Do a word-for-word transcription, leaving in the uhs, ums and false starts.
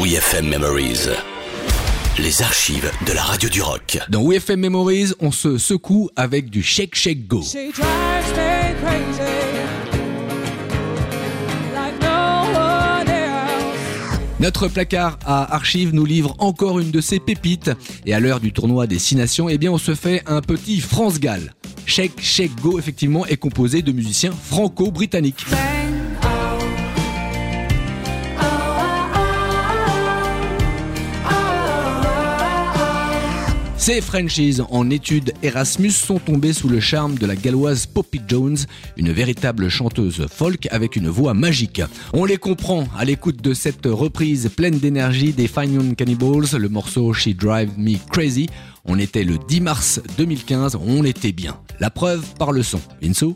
We F M Memories. Les archives de la radio du rock. Dans We F M Memories, on se secoue avec du Shake Shake Go. She drives me crazy, like no one else. Notre placard à archives nous livre encore une de ses pépites. Et à l'heure du tournoi des Six Nations, eh bien on se fait un petit France-Galles. Shake Shake Go, effectivement, est composé de musiciens franco-britanniques. Bang, oh. Oh, oh, oh, oh, oh. Ces Frenchies en études Erasmus sont tombés sous le charme de la galloise Poppy Jones, une véritable chanteuse folk avec une voix magique. On les comprend à l'écoute de cette reprise pleine d'énergie des Fine Young Cannibals, le morceau She Drives Me Crazy. On était le dix mars deux mille quinze, on était bien. La preuve par le son. Insou ?